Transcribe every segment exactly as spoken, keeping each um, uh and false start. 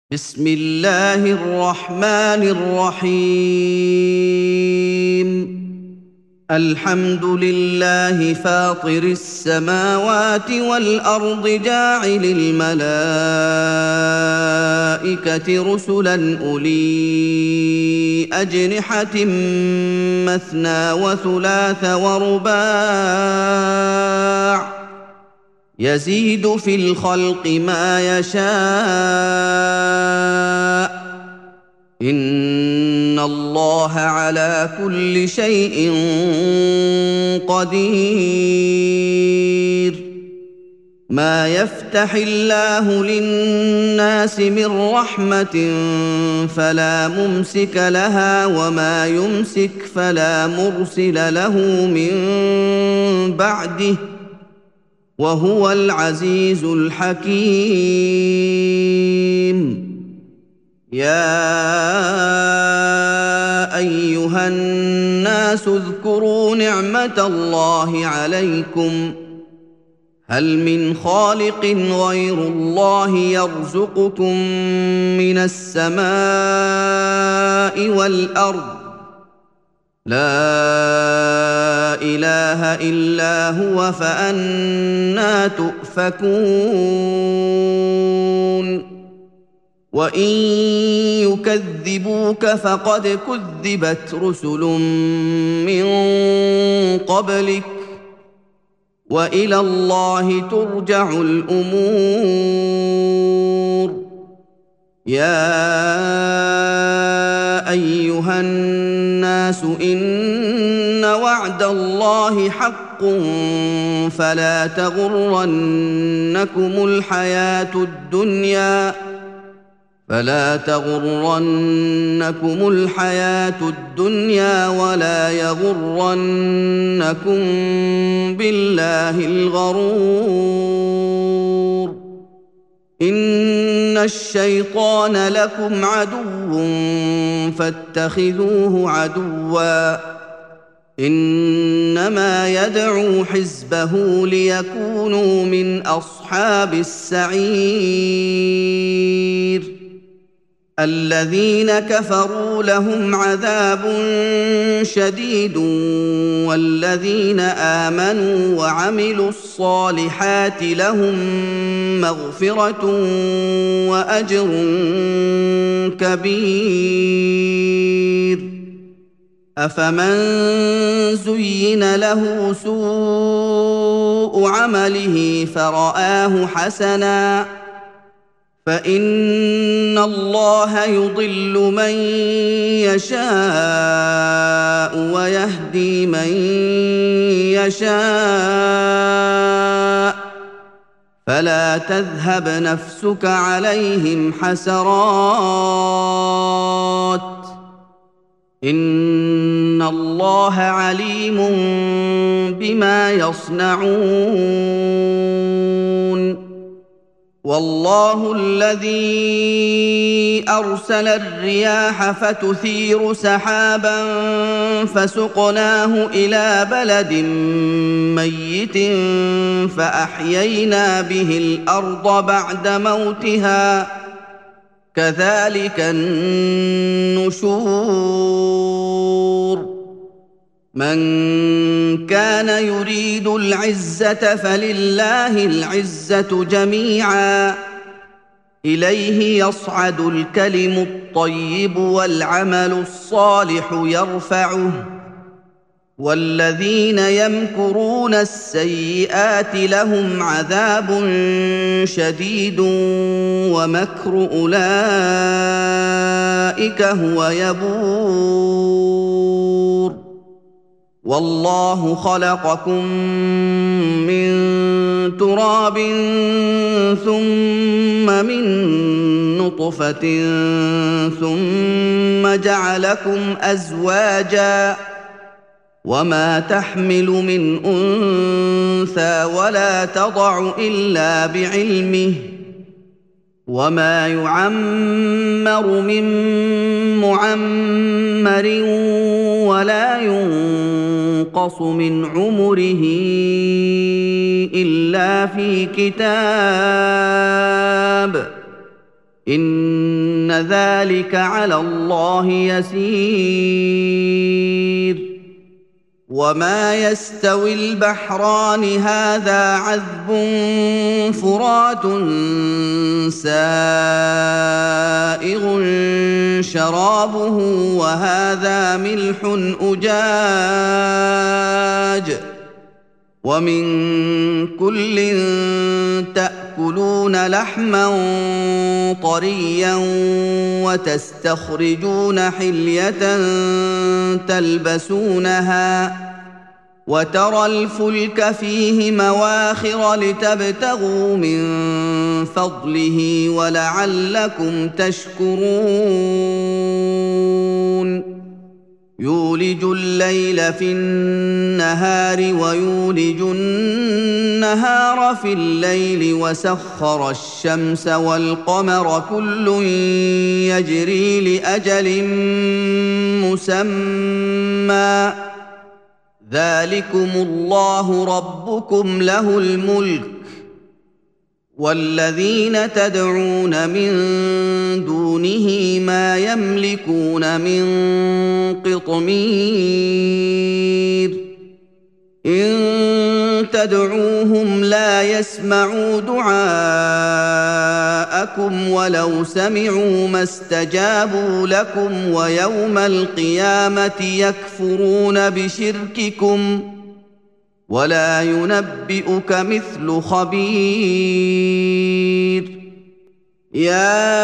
بسم الله الرحمن الرحيم الحمد لله فاطر السماوات والأرض جاعل الملائكة رسلا أولي أجنحة مثنى وثلاث ورباع يزيد في الخلق ما يشاء إن الله على كل شيء قدير ما يفتح الله للناس من رحمة فلا ممسك لها وما يمسك فلا مرسل له من بعده وهو العزيز الحكيم يا أيها الناس اذكروا نعمة الله عليكم هل من خالق غير الله يرزقكم من السماء والأرض لا إله إلا هو فأنى تؤفكون وإن يكذبوك فقد كذبت رسل من قبلك وإلى الله ترجع الأمور يا أيها الناس إن وعد الله حق فلا تغرنكم الحياة الدنيا فلا تغرنكم الحياة الدنيا ولا يغرنكم بالله الغرور إن الشيطان لكم عدو فاتخذوه عدوا إنما يدعو حزبه ليكونوا من أصحاب السعير الذين كفروا لهم عذاب شديد والذين آمنوا وعملوا الصالحات لهم مغفرة وأجر كبير أفمن زين له سوء عمله فرآه حسناً فإن الله يضل من يشاء ويهدي من يشاء فلا تذهب نفسك عليهم حسرات إن الله عليم بما يصنعون والله الذي أرسل الرياح فتثير سحابا فسقناه إلى بلد ميت فأحيينا به الأرض بعد موتها كذلك النشور من كان يريد العزة فلله العزة جميعا إليه يصعد الكلم الطيب والعمل الصالح يرفعه والذين يمكرون السيئات لهم عذاب شديد ومكر أولئك هو يبور والله خلقكم من تراب ثم من نطفة ثم جعلكم أزواجا وما تحمل من أنثى ولا تضع إلا بعلمه وما يعمر من معمر ولا ينقص من عمره إلا في كتاب إن ذلك على الله يسير. وما يستوي البحران هذا عذب فرات سائغ شرابه وهذا ملح أجاج ومن كل تأكلون لحما طريا وتستخرجون حلية تلبسونها وترى الفلك فيه مواخر لتبتغوا من فضله ولعلكم تشكرون. يولج الليل في النهار ويولج النهار في الليل وسخر الشمس والقمر كل يجري لأجل مسمى ذلكم الله ربكم له الملك والذين تدعون من دونه ما يملكون من قطمير إن تدعوهم لا يسمعوا دعاءكم ولو سمعوا ما استجابوا لكم ويوم القيامة يكفرون بشرككم ولا ينبئك مثل خبير. يا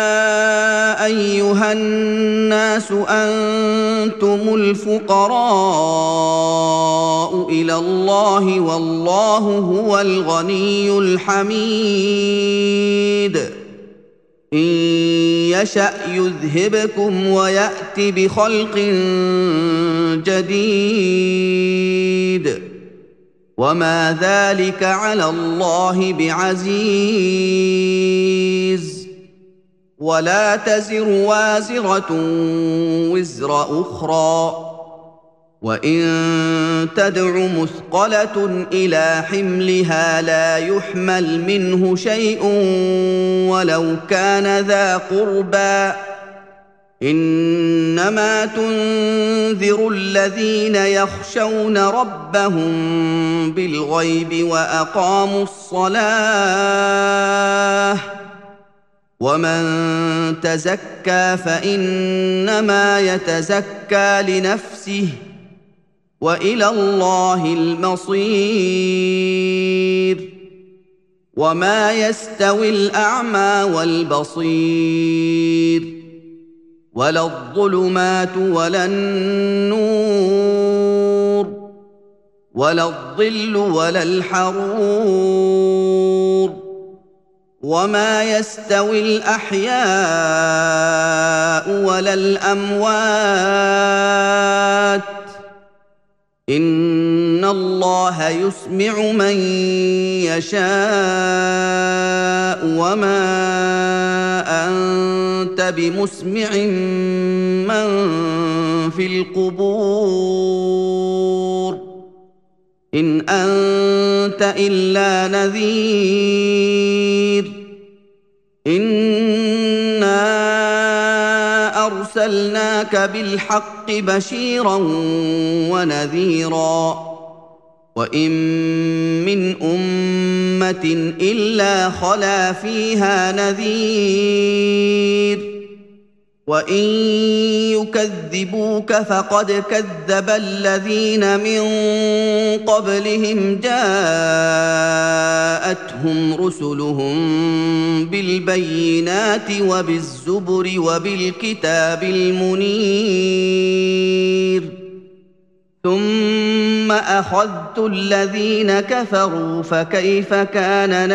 أيها الناس أنتم الفقراء إلى الله والله هو الغني الحميد. إن يشأ يذهبكم ويأت بخلق جديد وما ذلك على الله بعزيز. ولا تزر وازرة وزر أخرى وإن تدع مثقلة إلى حملها لا يحمل منه شيء ولو كان ذا قربى إنما تنذر الذين يخشون ربهم بالغيب وأقاموا الصلاة ومن تزكى فإنما يتزكى لنفسه وإلى الله المصير. وما يستوي الأعمى والبصير ولا الظلمات ولا النور ولا الظل ولا الحرور وما يستوي الأحياء ولا الأموات إن الله يسمع من يشاء وما أنت بمسمع من في القبور إن أنت إلا نذير. إنا أرسلناك بالحق بشيرا ونذيرا وإن من أمة إلا خلا فيها نذير وإن يكذبوك فقد كذب الذين من قبلهم جاءتهم رسلهم بالبينات وبالزبر وبالكتاب المنير ثم أخذت الذين كفروا فكيف كان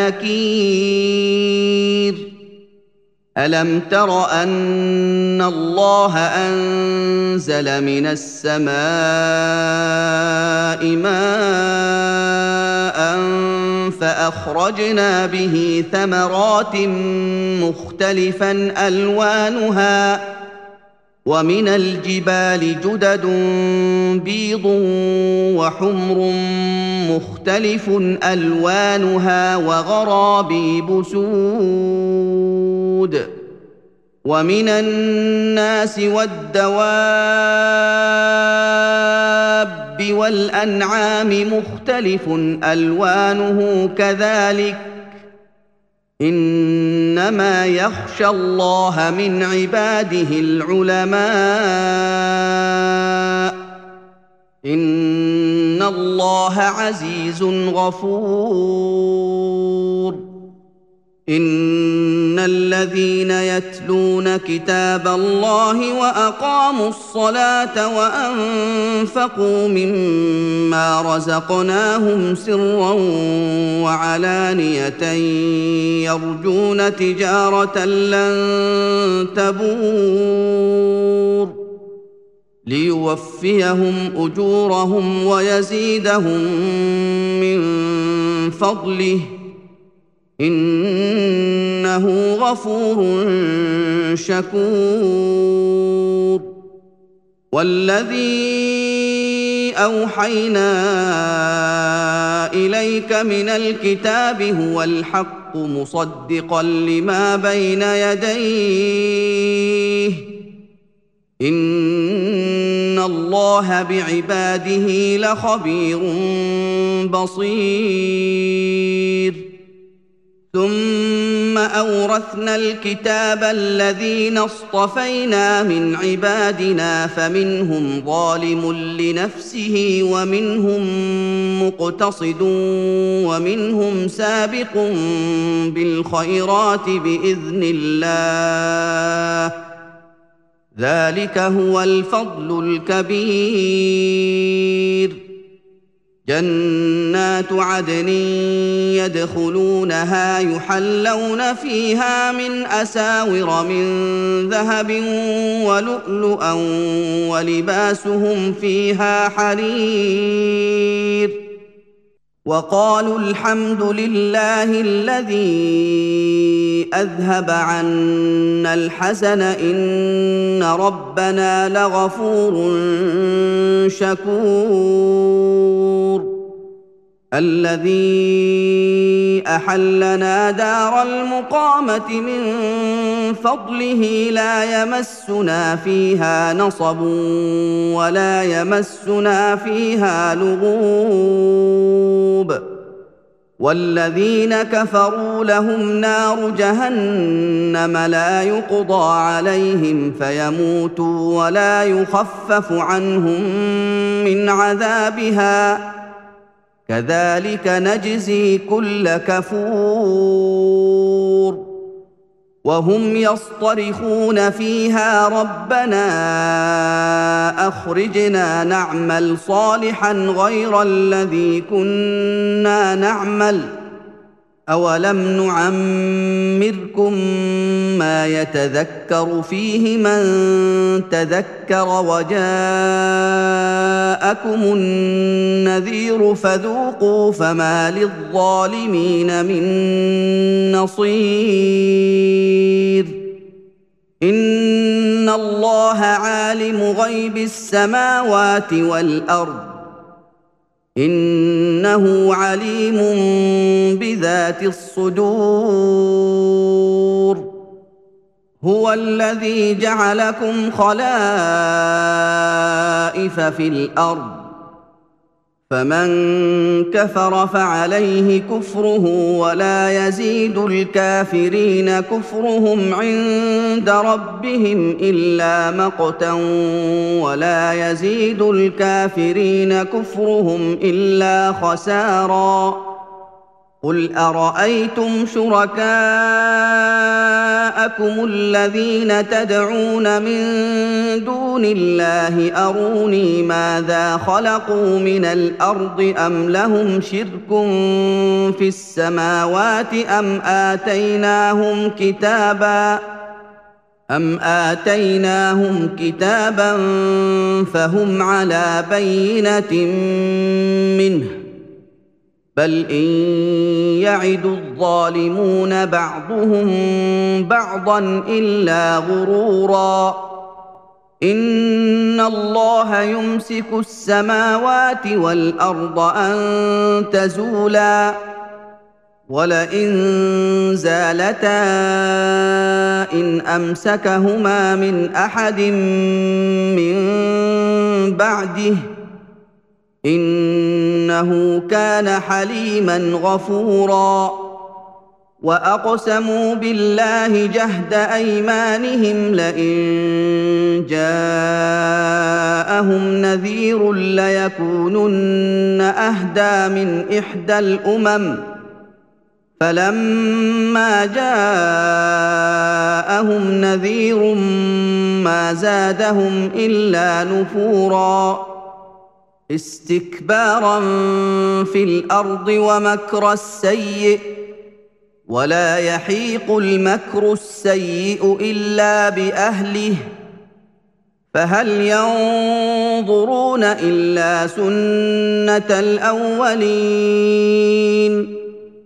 نكير. ألم تر أن الله أنزل من السماء ماء فأخرجنا به ثمرات مختلفا ألوانها ومن الجبال جدد بيض وحمر مختلف ألوانها وغرابيب سود ومن الناس والدواب والأنعام مختلف ألوانه كذلك إنما يخشى الله من عباده العلماء إن الله عزيز غفور إن الذين يتلون كتاب الله وأقاموا الصلاة وأنفقوا مما رزقناهم سرا وعلانية يرجون تجارة لن تبور ليوفيهم أجورهم ويزيدهم من فضله إنه غفور شكور والذي أوحينا إليك من الكتاب هو الحق مصدقا لما بين يديه إن الله بعباده لخبير بصير ثم أورثنا الكتاب الذين اصطفينا من عبادنا فمنهم ظالم لنفسه ومنهم مقتصد ومنهم سابق بالخيرات بإذن الله ذلك هو الفضل الكبير جنات عدن يدخلونها يحلون فيها من أساور من ذهب ولؤلؤا ولباسهم فيها حرير وقالوا الحمد لله الذي أذهب عنا الحزن إن ربنا لغفور شكور الذي أحلنا دار المقامة من فضله لا يمسنا فيها نصب ولا يمسنا فيها لغوب والذين كفروا لهم نار جهنم لا يقضى عليهم فيموتوا ولا يخفف عنهم من عذابها كذلك نجزي كل كفور وهم يصطرخون فيها ربنا أخرجنا نعمل صالحا غير الذي كنا نعمل أولم نعمركم ما يتذكر فيه من تذكر وجاءكم النذير فذوقوا فما للظالمين من نصير إن الله عالم غيب السماوات والأرض إنه عليم بذات الصدور هو الذي جعلكم خلائف في الأرض فمن كفر فعليه كفره ولا يزيد الكافرين كفرهم عند ربهم إلا مقتا ولا يزيد الكافرين كفرهم إلا خسارا قل أرأيتم شركاءكم الذين تدعون من دون الله أروني ماذا خلقوا من الأرض أم لهم شرك في السماوات أم آتيناهم كتابا أم آتيناهم كتابا فهم على بينة منه بل إن يعد الظالمون بعضهم بعضا إلا غرورا إن الله يمسك السماوات والأرض أن تزولا ولئن زالتا إن أمسكهما من أحد من بعده إنه كان حليما غفورا وأقسموا بالله جهد أيمانهم لئن جاءهم نذير ليكونن أهدى من إحدى الأمم فلما جاءهم نذير ما زادهم إلا نفورا استكبارا في الأرض ومكر السيئ ولا يحيق المكر السيئ إلا بأهله فهل ينظرون إلا سنة الأولين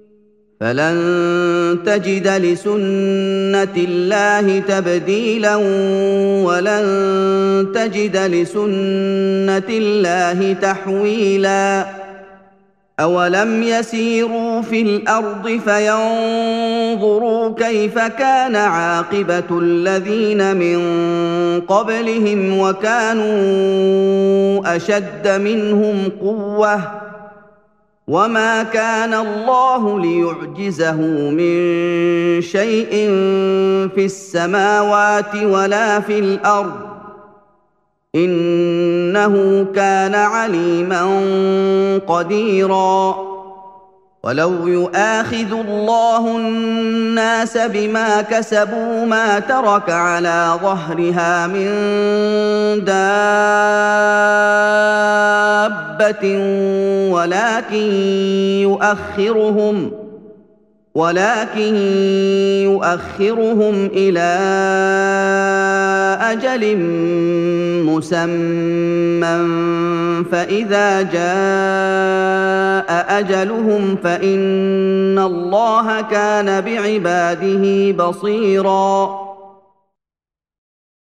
فلن تجد لسنة الله تبديلا ولن تجد لسنة الله تحويلا أولم يسيروا في الأرض فينظروا كيف كان عاقبة الذين من قبلهم وكانوا أشد منهم قوة وما كان الله ليعجزه من شيء في السماوات ولا في الأرض إنه كان عليما قديرا ولو يؤاخذ الله الناس بما كسبوا ما ترك على ظهرها من دابة ولكن يؤخرهم ولكن يؤخرهم إلى أجل مسمى فإذا جاء أجلهم فإن الله كان بعباده بصيراً